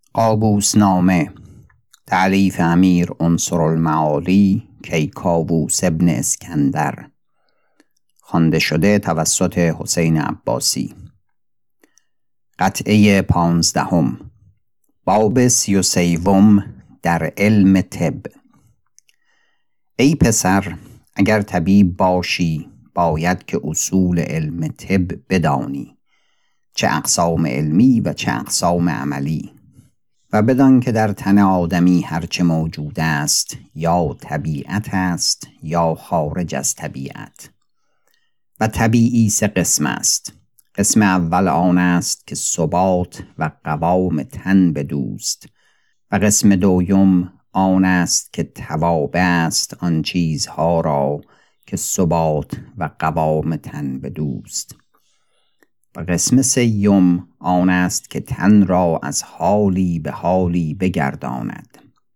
قابوس نامه تألیف امیر عنصر المعالی کیکاووس ابن اسکندر، خوانده شده توسط حسین عباسی. قطعه 15. باب 33 در علم طب. ای پسر، اگر طبیب باشی باید که اصول علم طب بدانی، چه اقسام علمی و چه اقسام عملی، و بدان که در تن آدمی هرچه موجود است یا طبیعت است یا خارج از طبیعت. و طبیعی 3 قسم است. قسم اول آن است که ثبات و قوام تن بدوست، و قسم دوم آن است که توابع است آن چیزها را که ثبات و قوام تن بدوست. و قسم 3 آن است که تن را از حالی به حالی بگرداند،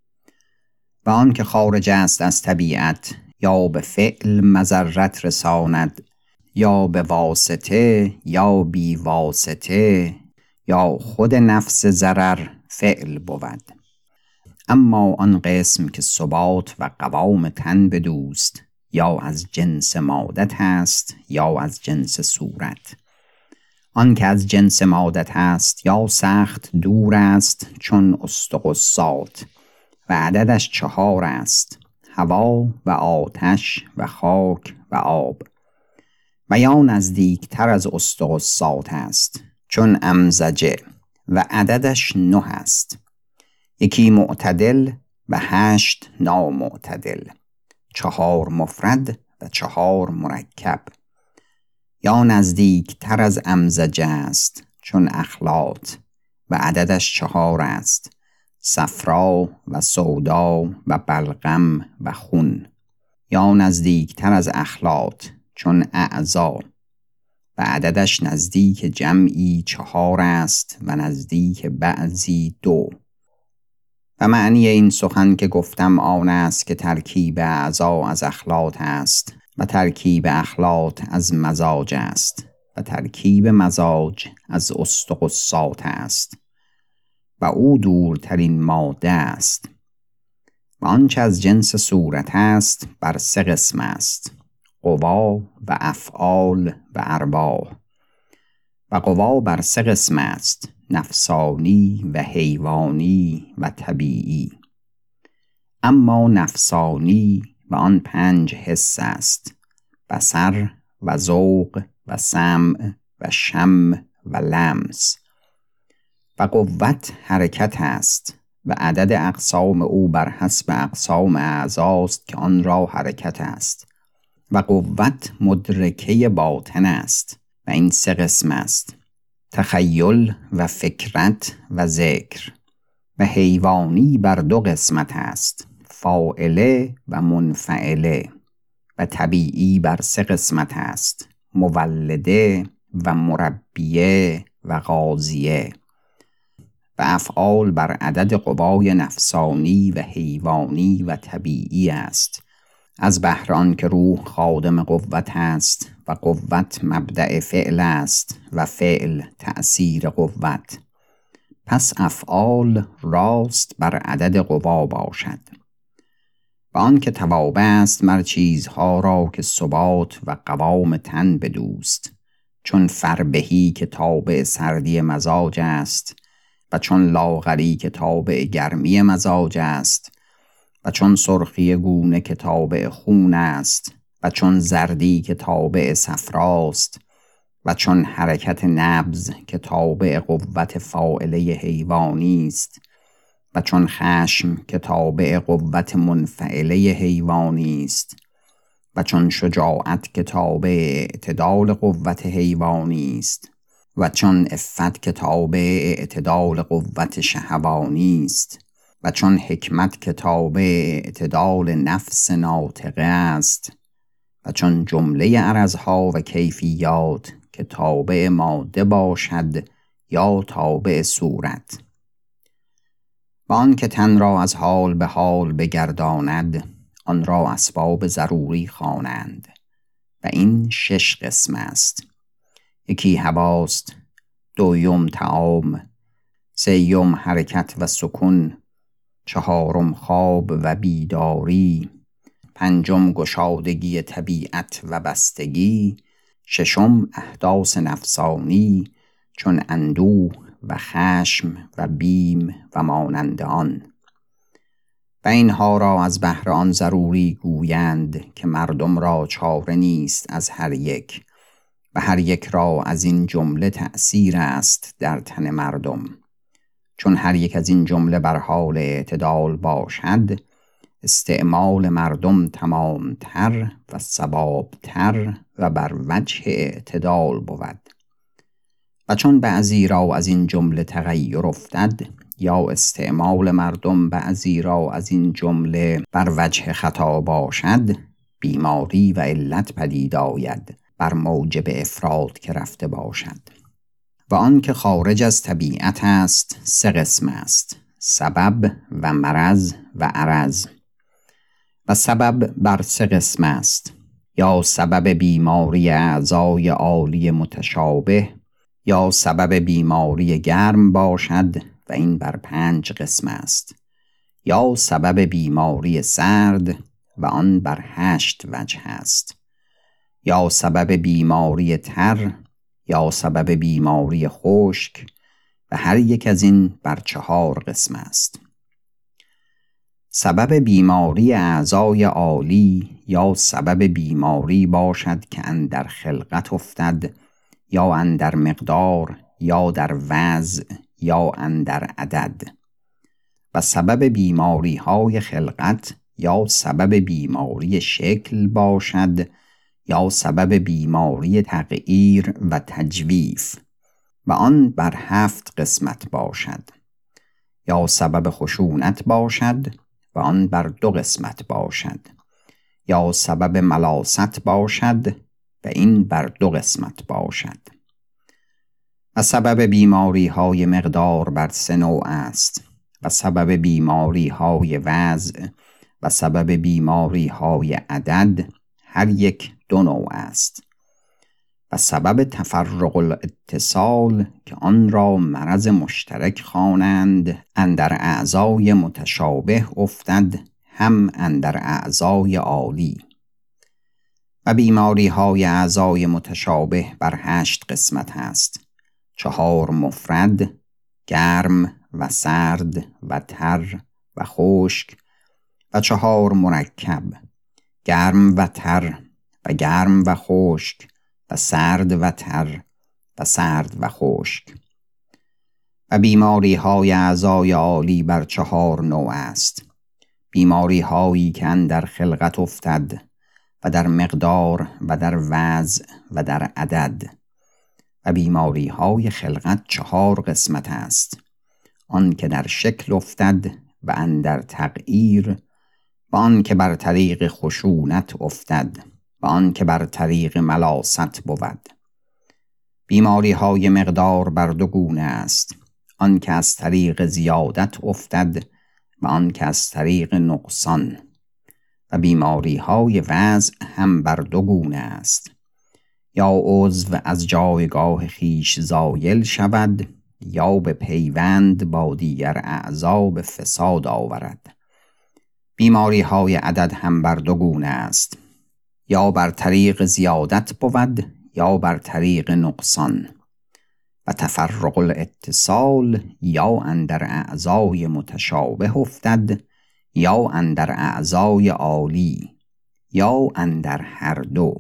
و آن که خارج است از طبیعت یا به فعل مضرت رساند یا به واسطه یا بی واسطه یا خود نفس ضرر فعل بود. اما آن قسم که ثبات و قوام تن بدوست یا از جنس مادت است یا از جنس صورت. آن که از جنس مادت است یا سخت دور است چون استقصات و عددش 4 است: هوا و آتش و خاک و آب. و یا نزدیک تر از استقصات است چون امزجه و عددش 9 است: یکی معتدل و 8 نامعتدل، 4 مفرد و 4 مرکب. یا نزدیک تر از امزجه است چون اخلاط و عددش 4 است: صفرا و سودا و بلغم و خون. یا نزدیک تر از اخلاط چون اعضا و عددش نزدیک جمعی 4 است و نزدیک بعضی 2. و معنی این سخن که گفتم آن است که ترکیب اعضا از اخلاط است و ترکیب اخلاط از مزاج است و ترکیب مزاج از استقصات است و او دورترین ماده است. و آنچه از جنس صورت است بر 3 قسم است: قوا و افعال و ارواح. و قوا بر 3 قسم است: نفسانی و حیوانی و طبیعی. اما نفسانی و آن 5 حس است: بصر و ذوق و سمع و شم و لمس. و قوت حرکت است و عدد اقسام او بر حسب اقسام اعضاست که آن را حرکت است. و قوت مدرکه باطن است و این 3 قسم است: تخیل و فکرت و ذکر. و حیوانی بر 2 قسمت است: فاعله و منفعله. و طبیعی بر 3 قسمت است: مولده و مربیه و غازیه. و افعال بر عدد قوای نفسانی و حیوانی و طبیعی است، از بهر آن که روح خادم قوت است و قوت مبدأ فعل است و فعل تأثیر قوت. پس افعال راست بر عدد قوا باشد. و آن که توابع است مر چیزها را که ثبات و قوام تن بدوست، چون فربهی که تابع سردی مزاج است و چون لاغری که تابع گرمی مزاج است و چون سرخی گونه که تابع خون است و چون زردی که تابع صفراست و چون حرکت نبض که تابع قوت فاعله حیوانی است و چون خشم که تابع قوت منفعله حیوانی است و چون شجاعت که تابع اعتدال قوت حیوانی است و چون عفت که تابع اعتدال قوت شهوانی است و چون حکمت که تابع اعتدال نفس ناطقه است و چون جمله عرضها و کیفیات که تابع ماده باشد یا تابع صورت. و آن که تن را از حال به حال بگرداند آن را اسباب ضروری خوانند و این 6 قسم است: یکی هواست، دوم طعام، سیوم حرکت و سکون، چهارم خواب و بیداری، پنجم گشادگی طبیعت و بستگی، ششم احداث نفسانی چون اندوه و خشم و بیم و مانند آن. و اینها را از بهر آن ضروری گویند که مردم را چاره نیست از هر یک و هر یک را از این جمله تأثیر است در تن مردم. چون هر یک از این جمله بر حال اعتدال باشد، استعمال مردم تمامتر و صوابتر و بر وجه اعتدال بود. و چون بعضی را از این جمله تغییر افتد یا استعمال مردم بعضی را از این جمله بر وجه خطا باشد، بیماری و علت پدید آید بر موجب افراط که رفته باشد. و آن که خارج از طبیعت است 3 قسم است: سبب و مرض و عرض. و سبب بر 3 قسم است: یا سبب بیماری اعضای عالی متشابه، یا سبب بیماری گرم باشد و این بر 5 قسم است، یا سبب بیماری سرد و آن بر 8 وجه است، یا سبب بیماری تر، یا سبب بیماری خشک و هر یک از این بر 4 قسم است. سبب بیماری اعضای عالی یا سبب بیماری باشد که اندر خلقت افتد، یا اندر مقدار، یا در وضع، یا اندر عدد. و سبب بیماری های خلقت یا سبب بیماری شکل باشد، یا سبب بیماری تغییر و تجویف و آن بر 7 قسمت باشد، یا سبب خشونت باشد و آن بر 2 قسمت باشد، یا سبب ملاست باشد و این بر 2 قسمت باشد. و سبب بیماری های مقدار بر 3 نوع است: و سبب بیماری های وضع و سبب بیماری های عدد هر یک 2 نوع است. و سبب تفرق الاتصال که آن را مرض مشترک خوانند اندر اعضای متشابه افتد هم اندر اعضای عالی. و بیماری های اعضای متشابه بر 8 قسمت است: 4 مفرد، گرم و سرد و تر و خشک، و 4 مرکب، گرم و تر و گرم و خشک و سرد و تر و سرد و خشک. و بیماری های اعضای عالی بر 4 نوع است: بیماری هایی که اندر خلقت افتد و در مقدار و در وضع و در عدد. و بیماری های خلقت 4 قسمت است: آن که در شکل افتد و اندر تغییر، و آن که بر طریق خشونت افتد و آن که بر طریق ملاست بود. بیماری های مقدار بر 2 گونه است: آن که از طریق زیادت افتد و آن که از طریق نقصان. و بیماری های وضع هم بر 2 گونه است: یا عضو از جایگاه خیش زایل شود، یا به پیوند با دیگر اعضا به فساد آورد. بیماری های عدد هم بر 2 گونه است: یا بر طریق زیادت بود یا بر طریق نقصان. و تفرق الاتصال یا اندر اعضای متشابه افتد یا اندر اعضای عالی یا اندر هر 2.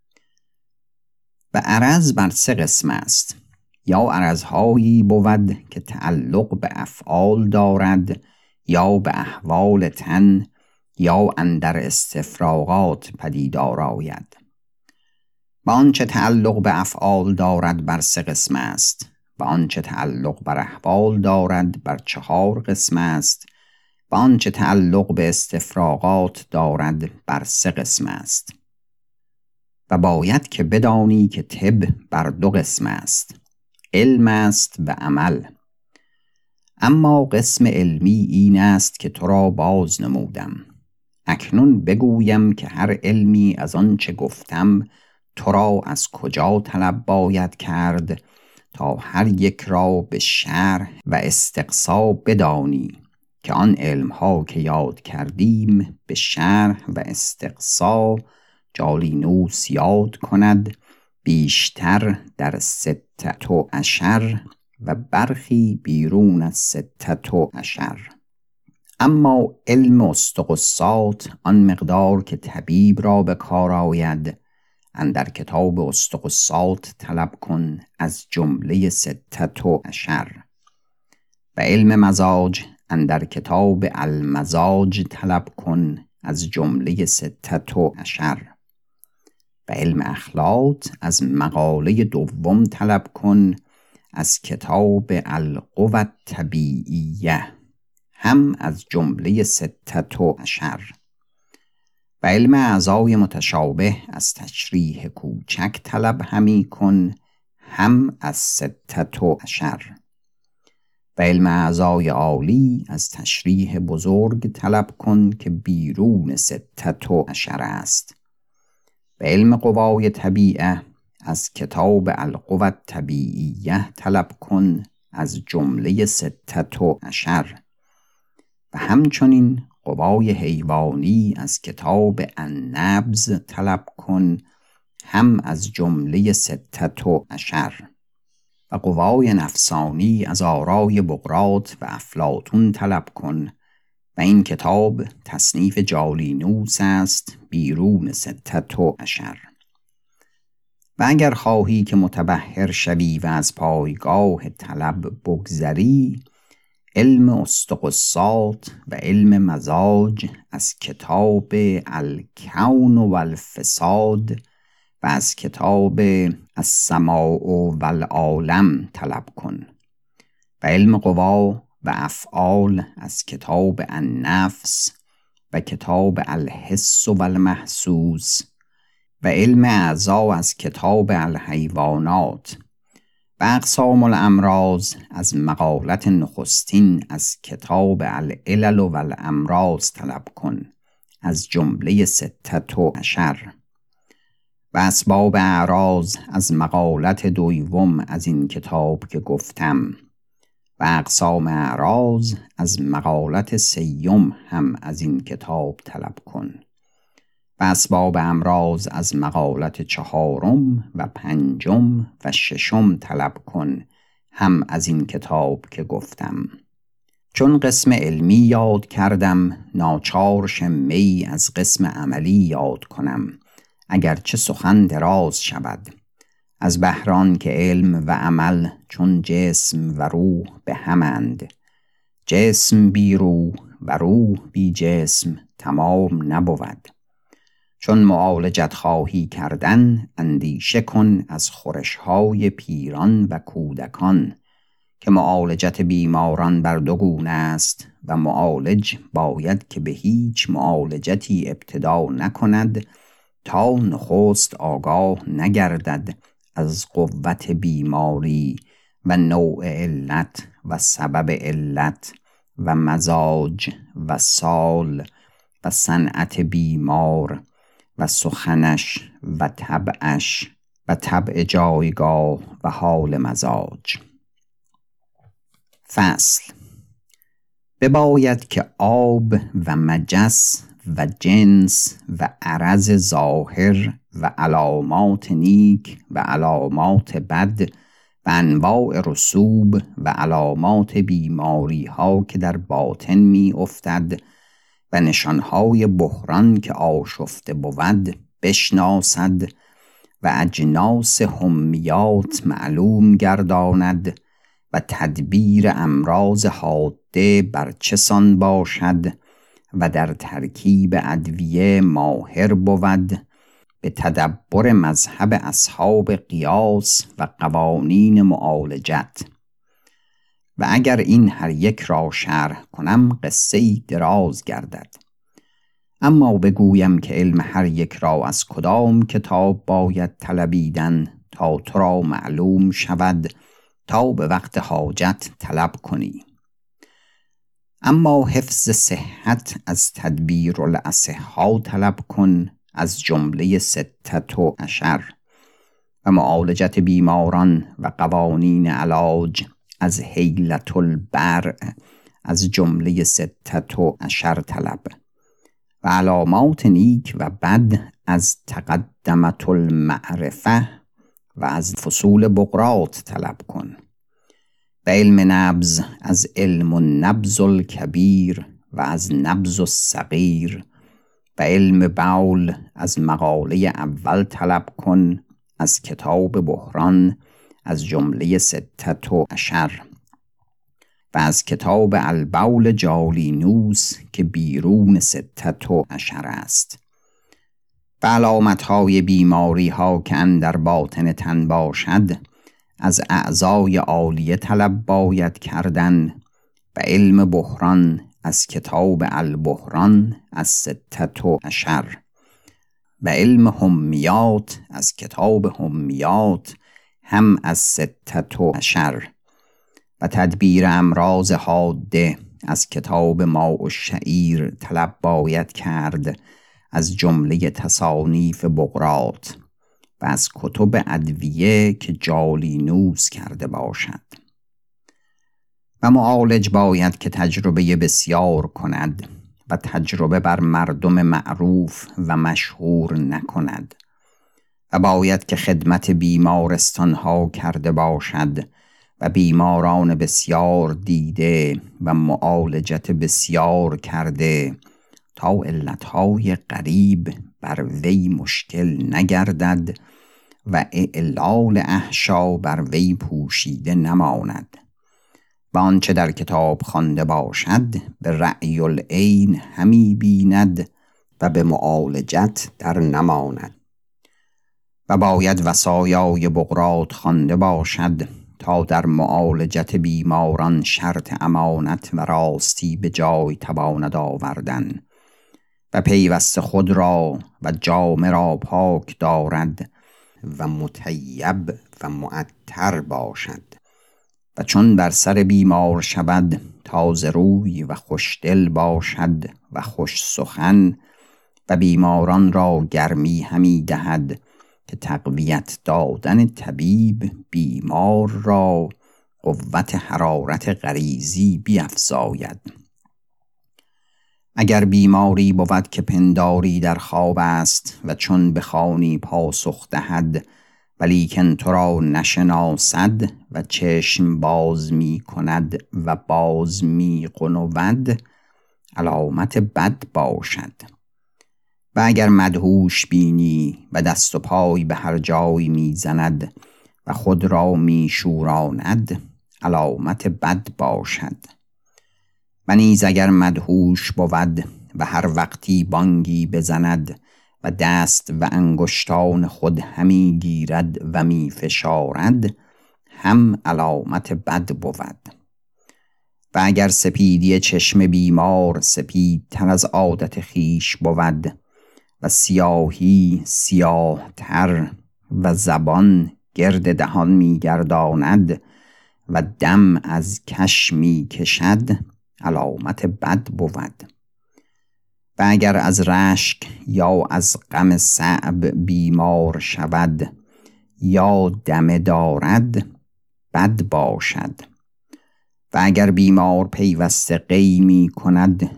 و عرض بر 3 قسم است: یا عرضهایی بود که تعلق به افعال دارد یا به احوال تن یا اندر استفراغات پدیدار آید. و آنچه تعلق به افعال دارد بر 3 قسم است، و آنچه تعلق بر احوال دارد بر 4 قسم است، و آنچه تعلق به استفراغات دارد بر 3 قسم است. و باید که بدانی که طب بر 2 قسم است: علم است و عمل. اما قسم علمی این است که تو را باز نمودم. اکنون بگویم که هر علمی از آن چه گفتم تو را از کجا طلب باید کرد تا هر یک را به شرح و استقصا بدانی، که آن علمها که یاد کردیم به شرح و استقصا جالینوس یاد کند بیشتر در 16 و برخی بیرون از 16. اما علم اسطقسات آن مقدار که طبیب را به کار آید اندر کتاب اسطقسات طلب کن از جمله 16 و علم مزاج اندر کتاب المزاج طلب کن از جمله 16 و علم اخلاط از مقاله دوم طلب کن از کتاب القوى الطبیعیه هم از جمله 16 و علم اعضای متشابه از تشریح کوچک طلب همی کن هم از 16 و علم اعضای عالی از تشریح بزرگ طلب کن که بیرون 16 است و علم قوای طبیعه از کتاب القوى الطبیعیه طلب کن از جمله 16 و همچنین قوای حیوانی از کتاب النبض طلب کن هم از جمله 16 و قوای نفسانی از آرای بقراط و افلاطون طلب کن و این کتاب تصنیف جالینوس است بیرون 16 و اگر خواهی که متبحر شوی و از پایگاه طلب بگذری علم اسطقسات و علم مزاج از کتاب الکون و الفساد و از کتاب السماء و العالم طلب کن و علم قوا و افعال از کتاب النفس و کتاب الحس و المحسوس و علم اعضا از کتاب الحیوانات و اقسام الامراض از مقالت نخستین از کتاب العلل و الامراض طلب کن از جمله 16 و اسباب اعراض از مقالت دوم از این کتاب که گفتم و اقسام اعراض از مقالت سیوم هم از این کتاب طلب کن و اسباب امراض از مقالت 4 و 5 و 6 طلب کن هم از این کتاب که گفتم. چون قسم علمی یاد کردم ناچار شمه‌ای از قسم عملی یاد کنم اگرچه سخن دراز شود، از بهران که علم و عمل چون جسم و روح به همند، جسم بی روح و روح بی جسم تمام نبود. چون معالجت خواهی کردن اندیشه کن از خورش‌های پیران و کودکان، که معالجت بیماران بر 2 گونه است و معالج باید که به هیچ معالجتی ابتدا نکند تا نخست آگاه نگردد از قوت بیماری و نوع علت و سبب علت و مزاج و سال و صنعت بیمار و سخنش و طبعش و طبع جایگاه و حال مزاج. فصل: بباید که آب و مجس و جنس و عرض ظاهر و علامات نیک و علامات بد و انواع رسوب و علامات بیماری ها که در باطن می افتد و نشانهای بحران که آشفته بود بشناسد و اجناس حمیات معلوم گرداند و تدبیر امراض حاده بر چه سان باشد و در ترکیب ادویه ماهر بود، به تدبر مذهب اصحاب قیاس و قوانین معالجت. و اگر این هر یک را شرح کنم قصه‌ای دراز گردد، اما بگویم که علم هر یک را از کدام کتاب باید طلبیدن تا تو را معلوم شود تا به وقت حاجت طلب کنی. اما حفظ صحت از تدبیر الاصحا طلب کن از جمله 16 و معالجت بیماران و قوانین علاج از حیلة البرع از جمله 16 طلب و علامات نیک و بد از تقدمة المعرفة و از فصول بقراط طلب کن. و علم نبض از علم النبض الکبیر و از نبض الصغیر و علم بول از مقاله اول طلب کن از کتاب بحران از جمله 16 و از کتاب البول جالینوس که بیرون 16 است. و علامتهای بیماری ها که اندر باطن تن باشد از اعضای عالیه طلب باید کردن و علم بحران از کتاب البحران از 16 و علم همیات از کتاب همیات هم از 16 و تدبیر امراض حاده از کتاب ماء الشعیر طلب باید کرد از جمله تصانیف بقراط و از کتب ادویه که جالینوس کرده باشد. و معالج باید که تجربه بسیار کند و تجربه بر مردم معروف و مشهور نکند و باید که خدمت بیمارستان ها کرده باشد و بیماران بسیار دیده و معالجت بسیار کرده تا علتهای غریب بر وی مشکل نگردد و اعلال احشا بر وی پوشیده نماند و آنچه در کتاب خوانده باشد به رأی العین همی بیند و به معالجت در نماند. و باید وصایای بقراط خوانده باشد تا در معالجت بیماران شرط امانت و راستی به جای تواند آوردن و پیوست خود را و جامه را پاک دارد و مطیب و معطر باشد و چون بر سر بیمار شود تازه روی و خوشدل باشد و خوش سخن و بیماران را گرمی همی دهد که تقویت دادن طبیب بیمار را قوت حرارت غریزی بیفزاید. اگر بیماری بود که پنداری در خواب است و چون بخوانی پاسخ دهد ولیکن تو را نشناسد و چشم باز می کند و باز می قنود علامت بد باشد. و اگر مدهوش بینی و دست و پای به هر جای می زند و خود را می شوراند علامت بد باشد. و نیز اگر مدهوش بود و هر وقتی بانگی بزند و دست و انگشتان خود همی گیرد و می فشارد هم علامت بد بود. و اگر سپیدی چشم بیمار سپیدتر از عادت خیش بود و سیاهی سیاه تر و زبان گرد دهان می گرداند و دم از کش می کشد علامت بد بود. و اگر از رشک یا از غم صعب بیمار شود یا دمه دارد بد باشد. و اگر بیمار پیوسته قی می کند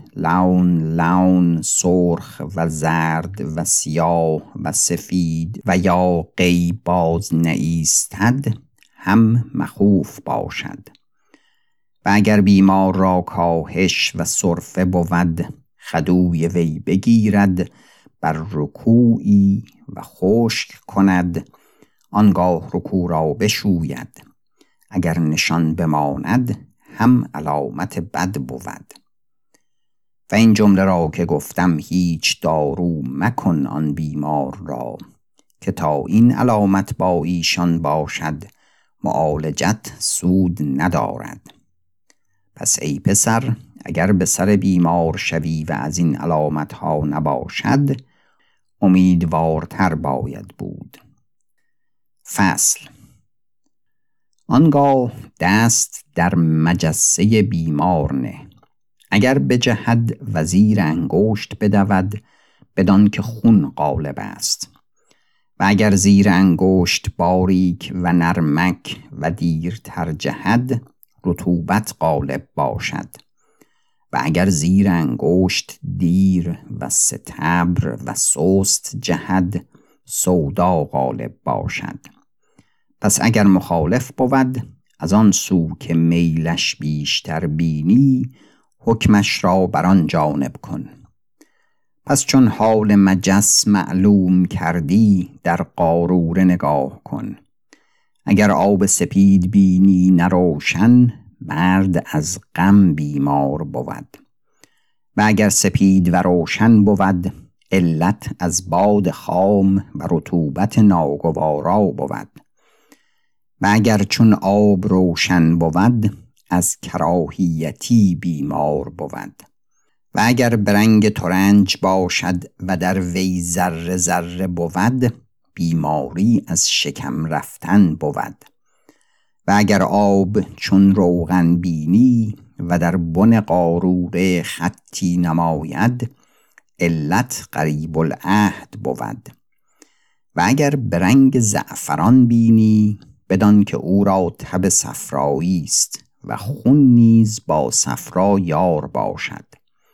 لون سرخ و زرد و سیاه و سفید و یا قی باز نایستد هم مخوف باشد. و اگر بیمار را کاهش و سرفه بود خدوی وی بگیرد بر رکوعی و خشک کند آنگاه رکوع را بشوید اگر نشان بماند هم علامت بد بود. و این جمله را که گفتم هیچ دارو مکن آن بیمار را که تا این علامت با ایشان باشد معالجت سود ندارد. پس ای پسر اگر به سر بیمار شوی و از این علامت ها نباشد امیدوارتر باید بود. فصل. آنگاه دست در مجسه بیمار نه. اگر بجهد وزیر انگشت بدود بدان که خون غالب است و اگر زیر انگشت باریک و نرمک و دیرتر جهد رطوبت غالب باشد و اگر زیر انگشت دیر و ستبر و سست جهد سودا غالب باشد. پس اگر مخالف بود از آن سو که میلش بیشتر بینی حکمش را بر آن جانب کن. پس چون حال مجس معلوم کردی در قاروره نگاه کن. اگر آب سپید بینی نه روشن مرد از غم بیمار بود و اگر سپید و روشن بود علت از باد خام و رطوبت ناگوارا بود و اگر چون آب روشن بود از کراهیتی بیمار بود و اگر برنگ ترنج باشد و در وی ذره ذره بود بیماری از شکم رفتن بود و اگر آب چون روغن بینی و در بن قاروره خطی نماید علت قریب العهد بود و اگر برنگ زعفران بینی بدان که او را تب صفرایی است و خون نیز با صفرا یار باشد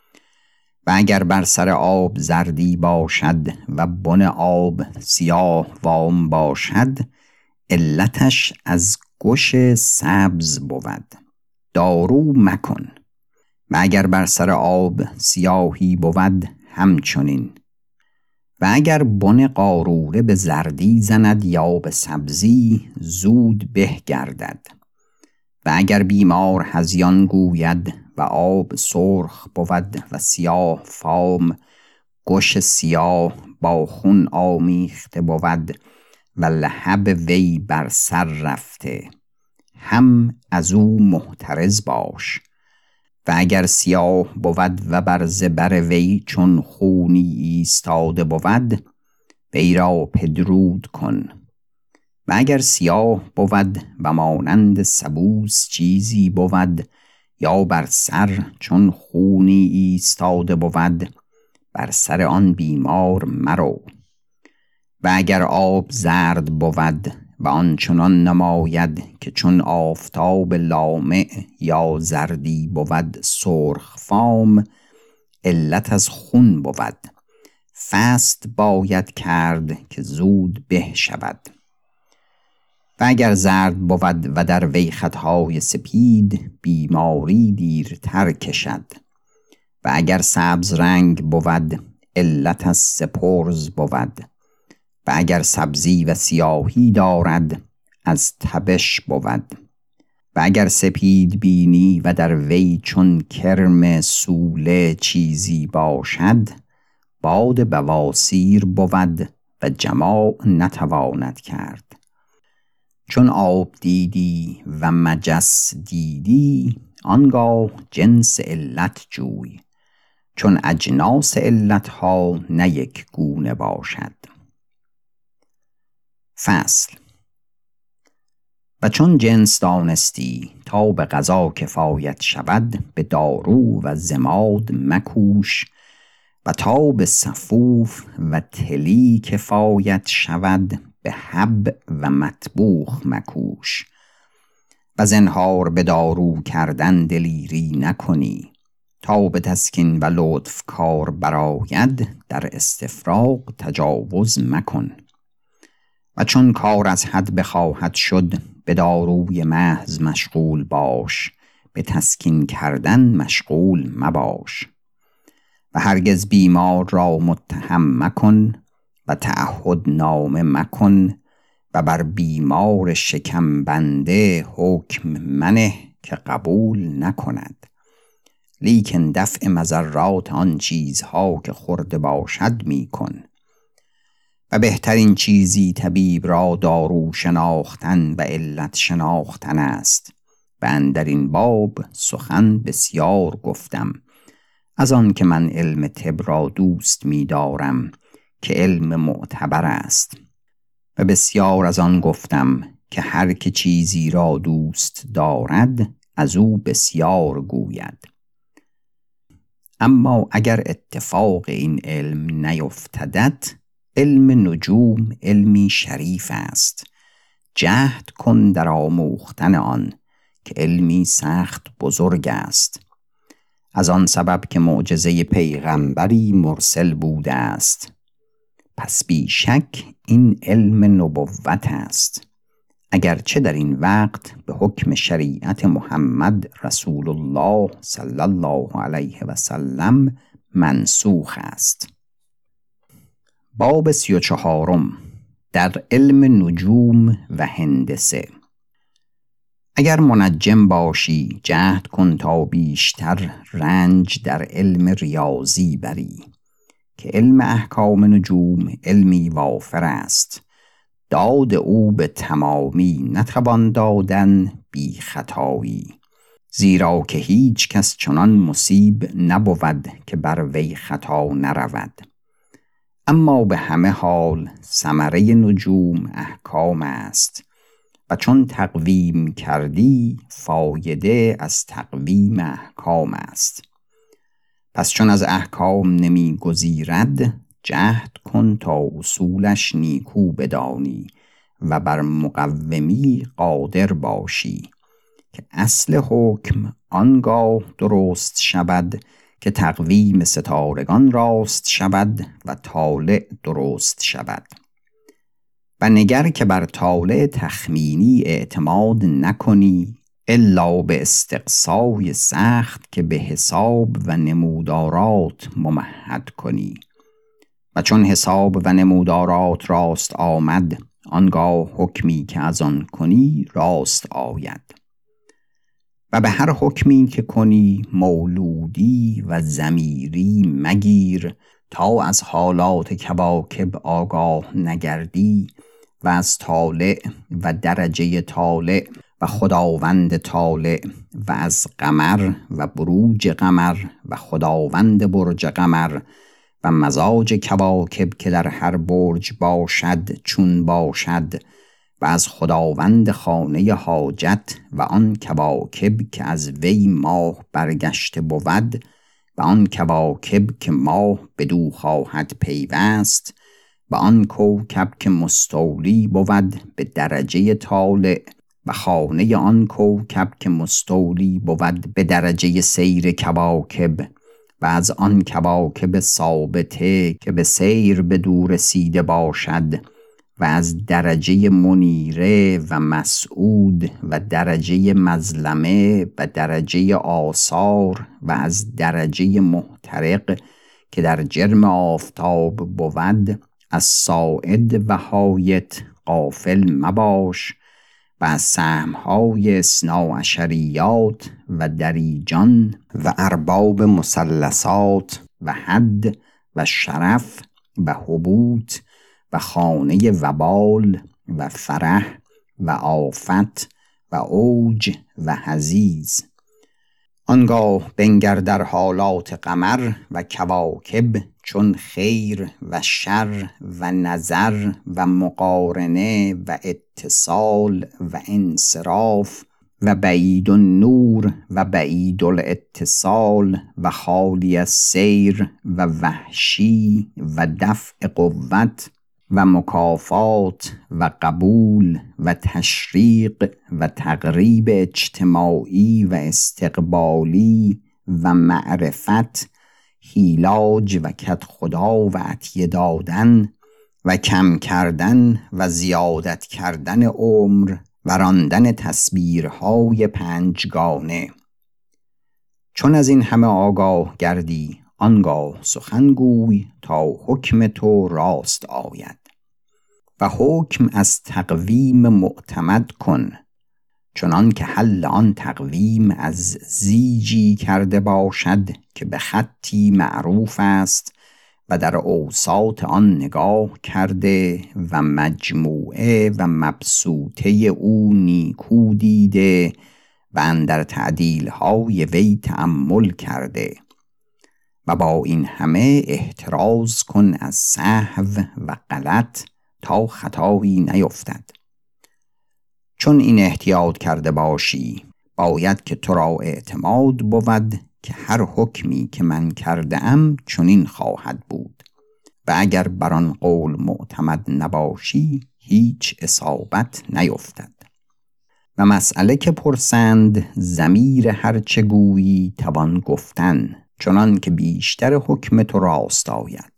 و اگر بر سر آب زردی باشد و بن آب سیاه وام باشد علتش از گوش سبز بود دارو مکن و اگر بر سر آب سیاهی بود همچنین و اگر بن قاروره به زردی زند یا به سبزی زود به گردد و اگر بیمار هذیان گوید و آب سرخ بود و سیاه فام گوش سیاه با خون آمیخته بود و لهب وی بر سر رفته هم از او محترز باش و اگر سیاه بود و بر زبر وی چون خونی ایستاده بود وی را پدرود کن و اگر سیاه بود و مانند سبوس چیزی بود یا بر سر چون خونی ایستاده بود بر سر آن بیمار مرو و اگر آب زرد بود و آنچنان نماید که چون آفتاب لامع یا زردی بود سرخ فام علت از خون بود فست باید کرد که زود به شود و اگر زرد بود و در وی خطهای سپید بیماری دیرتر کشد و اگر سبز رنگ بود علت از سپرز بود و اگر سبزی و سیاهی دارد از تبش بود و اگر سپید بینی و در وی چون کرم سوله چیزی باشد باد بواسیر بود و جماع نتواند کرد. چون آب دیدی و مجس دیدی آنگاه جنس علت جوی چون اجناس علتها نه یک گونه باشد. فصل. و چون جنس دانستی تا به غذا کفایت شود به دارو و ضماد مکوش و تا به صفوف و تلی کفایت شود به حب و مطبوخ مکوش و زنهار به دارو کردن دلیری نکنی تا به تسکین و لطف کار براید در استفراغ تجاوز مکن و چون کار از حد بخواهد شد به داروی محض مشغول باش به تسکین کردن مشغول مباش و هرگز بیمار را متهم مکن و تعهد نامه مکن و بر بیمار شکم بنده حکم منه که قبول نکند لیکن دفع مضرات آن چیزها که خورده باشد میکن و بهترین چیزی طبیب را دارو شناختن و علت شناختن است و اندر این باب سخن بسیار گفتم از آن که من علم طب را دوست می دارم که علم معتبر است و بسیار از آن گفتم که هر که چیزی را دوست دارد از او بسیار گوید. اما اگر اتفاق این علم نیفتدت علم نجوم علمی شریف است، جهد کن در آموختن آن که علمی سخت بزرگ است. از آن سبب که معجزه پیغمبری مرسل بوده است، پس بی شک این علم نبوت است، اگرچه در این وقت به حکم شریعت محمد رسول الله صلی الله علیه و سلم منسوخ است. باب 34 در علم نجوم و هندسه. اگر منجم باشی جهد کن تا بیشتر رنج در علم ریاضی بری، که علم احکام نجوم علمی وافر است، داد او به تمامی نتوان دادن بی خطایی، زیرا که هیچ کس چنان مصیب نبود که بر وی خطا نرود. اما به همه حال ثمره نجوم احکام است، و چون تقویم کردی فایده از تقویم احکام است. پس چون از احکام نمی گزیرد، جهد کن تا اصولش نیکو بدانی و بر مقومی قادر باشی، که اصل حکم آنگاه درست شود که تقویم ستارگان راست شود و طالع درست شود. و نگر که بر طالع تخمینی اعتماد نکنی الا به استقصای سخت که به حساب و نمودارات ممهد کنی، و چون حساب و نمودارات راست آمد، آنگاه حکمی که از آن کنی راست آید. و به هر حکمی که کنی مولودی و ضمیری مگیر، تا از حالات کواکب آگاه نگردی و از طالع و درجه طالع و خداوند طالع و از قمر و بروج قمر و خداوند برج قمر و مزاج کواکب که در هر برج باشد چون باشد و از خداوند خانه حاجت و آن کواکب که از وی ماه برگشته بود و آن کواکب که ماه بدو خواهد پیوست و آن کوکب که مستولی بود به درجه طالع و خانه آن کوکب که مستولی بود به درجه سیر کواکب و از آن کواکب ثابته که به سیر بدو رسیده باشد و از درجه منیره و مسعود و درجه مظلمه و درجه آثار و از درجه محترق که در جرم آفتاب بود، از ساعد و حایط غافل مباش و از سهمهای اثناعشریات و دریجان و ارباب مثلثات و حد و شرف و هبوط و خانه وبال و فرح و آفت و اوج و حزیز. آنگاه بنگر در حالات قمر و کواکب چون خیر و شر و نظر و مقارنه و اتصال و انصراف و بعید النور و بعید الاتصال و خالی از سیر و وحشی و دفع قوت و مکافات و قبول و تشریق و تقریب اجتماعی و استقبالی و معرفت، هیلاج و کدخدا و عطیه دادن و کم کردن و زیادت کردن عمر و راندن تسبیرهای پنجگانه. چون از این همه آگاه گردی، آنگاه سخنگوی تا حکم تو راست آید. و حکم از تقویم معتمد کن، چنان که حل آن تقویم از زیجی کرده باشد که به خطی معروف است و در اوساط آن نگاه کرده و مجموعه و مبسوطه او نیکو دیده و اندر تعدیل‌های وی تأمل کرده، و با این همه احتراز کن از سهو و غلط تا خطایی نیفتد. چون این احتیاط کرده باشی، باید که تو را اعتماد بود که هر حکمی که من کرده ام چنین خواهد بود و اگر بر آن قول معتمد نباشی هیچ اصابت نیفتد. و مسئله که پرسند ضمیر هرچه گویی توان گفتن، چنان که بیشتر حکم تو راست آید.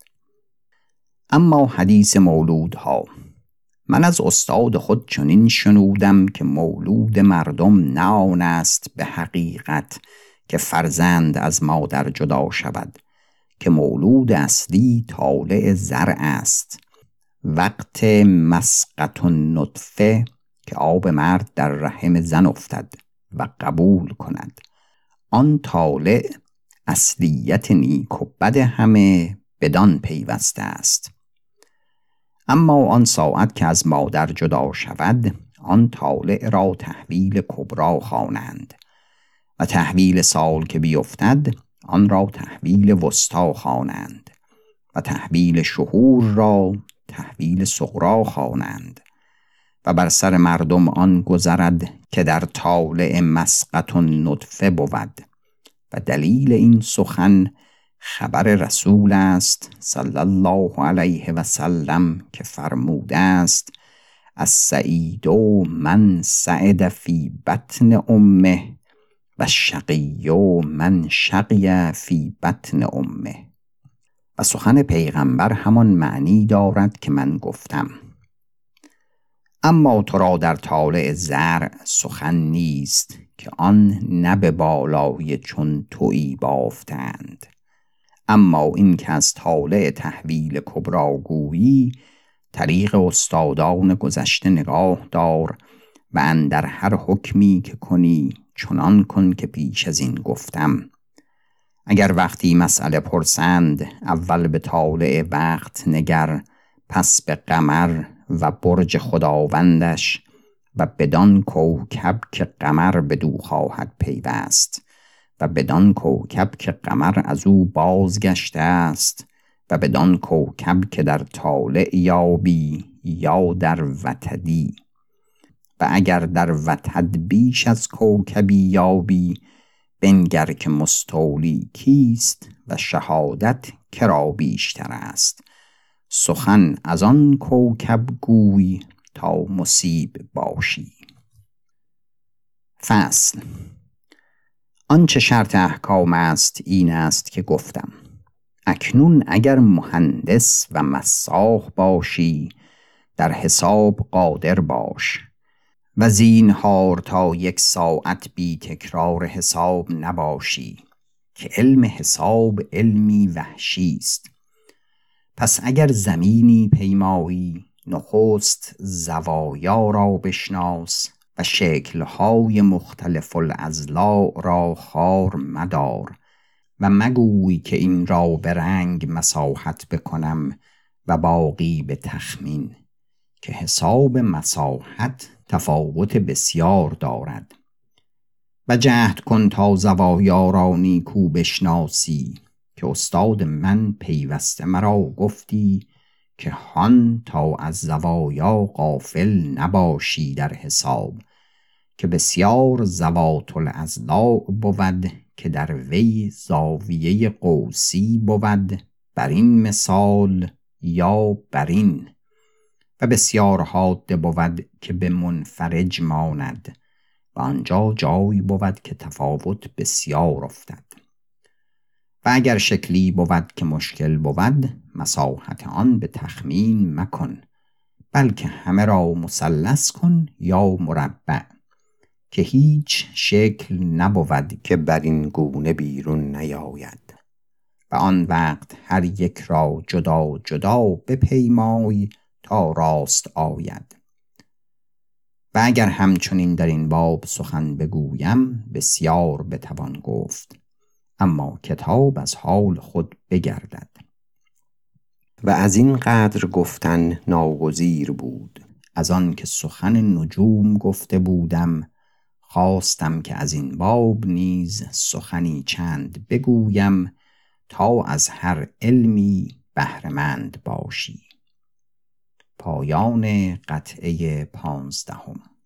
اما حدیث مولودها، من از استاد خود چنین شنودم که مولود مردم نه آن است به حقیقت که فرزند از مادر جدا شود، که مولود اصلی طالع زرع است. وقت مسقط النطفه که آب مرد در رحم زن افتد و قبول کند، آن طالع اصلیت نیک و بد همه بدان پیوسته است. اما آن ساعت که از مادر جدا شود، آن طالع را تحویل کبری خوانند و تحویل سال که بیفتد آن را تحویل وسطی خوانند و تحویل شهور را تحویل صغری خوانند. و بر سر مردم آن گذرد که در طالع مسقط النطفه بود. و دلیل این سخن خبر رسول است صلی الله علیه و سلم که فرموده است: السعید من سعد فی بطن امه و الشقی من شقی فی بطن امه. و سخن پیغمبر همان معنی دارد که من گفتم. اما تو را در طالع زرع سخن نیست که آن نه به بالای چون تویی بافتند. اما این که از طالع تحویل کبری گویی، طریق استادان گذشته نگاه دار و اندر هر حکمی که کنی چنان کن که پیش از این گفتم. اگر وقتی مسئله پرسند، اول به طالع وقت نگر، پس به قمر و برج خداوندش و بدان کوکب که قمر بدو خواهد پیوست و بدان کوکب که قمر از او بازگشته است و بدان کوکب که در طالع یابی یا در وتدی. و اگر در وتد بیش از کوکبی یابی، بنگر که مستولی کیست و شهادت کرا بیشتر است. سخن از آن کوکب گوی تا مصیب باشی. فصل: آنچه شرط احکام است این است که گفتم. اکنون اگر مهندس و مساح باشی، در حساب قادر باش و زینهار تا 1 ساعت بی تکرار حساب نباشی، که علم حساب علمی وحشی است. پس اگر زمینی پیمایی، نخست زوایا را بشناس و شکلهای مختلف الاضلاع را خوار مدار و مگوی که این را به رنگ مساحت بکنم و باقی به تخمین، که حساب مساحت تفاوت بسیار دارد. و جهد کن تا زوایا را نیکو بشناسی، که استاد من پیوسته مرا گفتی که هان تا از زوایا غافل نباشی در حساب، که بسیار زوات الاضلاع بود که در وی زاویه قوسی بود، بر این مثال یا بر این. و بسیار حاده بود که به منفرج ماند و آنجا جای بود که تفاوت بسیار افتد. و اگر شکلی بود که مشکل بود، مساحت آن به تخمین مکن، بلکه همه را مثلث کن یا مربع، که هیچ شکل نبود که بر این گونه بیرون نیاید. و آن وقت هر یک را جدا جدا بپیمای تا راست آید. و اگر همچنین در این باب سخن بگویم بسیار بتوان گفت، اما کتاب از حال خود بگردد. و از این قدر گفتن ناگزیر بود، از آن که سخن نجوم گفته بودم، خواستم که از این باب نیز سخنی چند بگویم تا از هر علمی بهره‌مند باشی. پایان قطعه 15.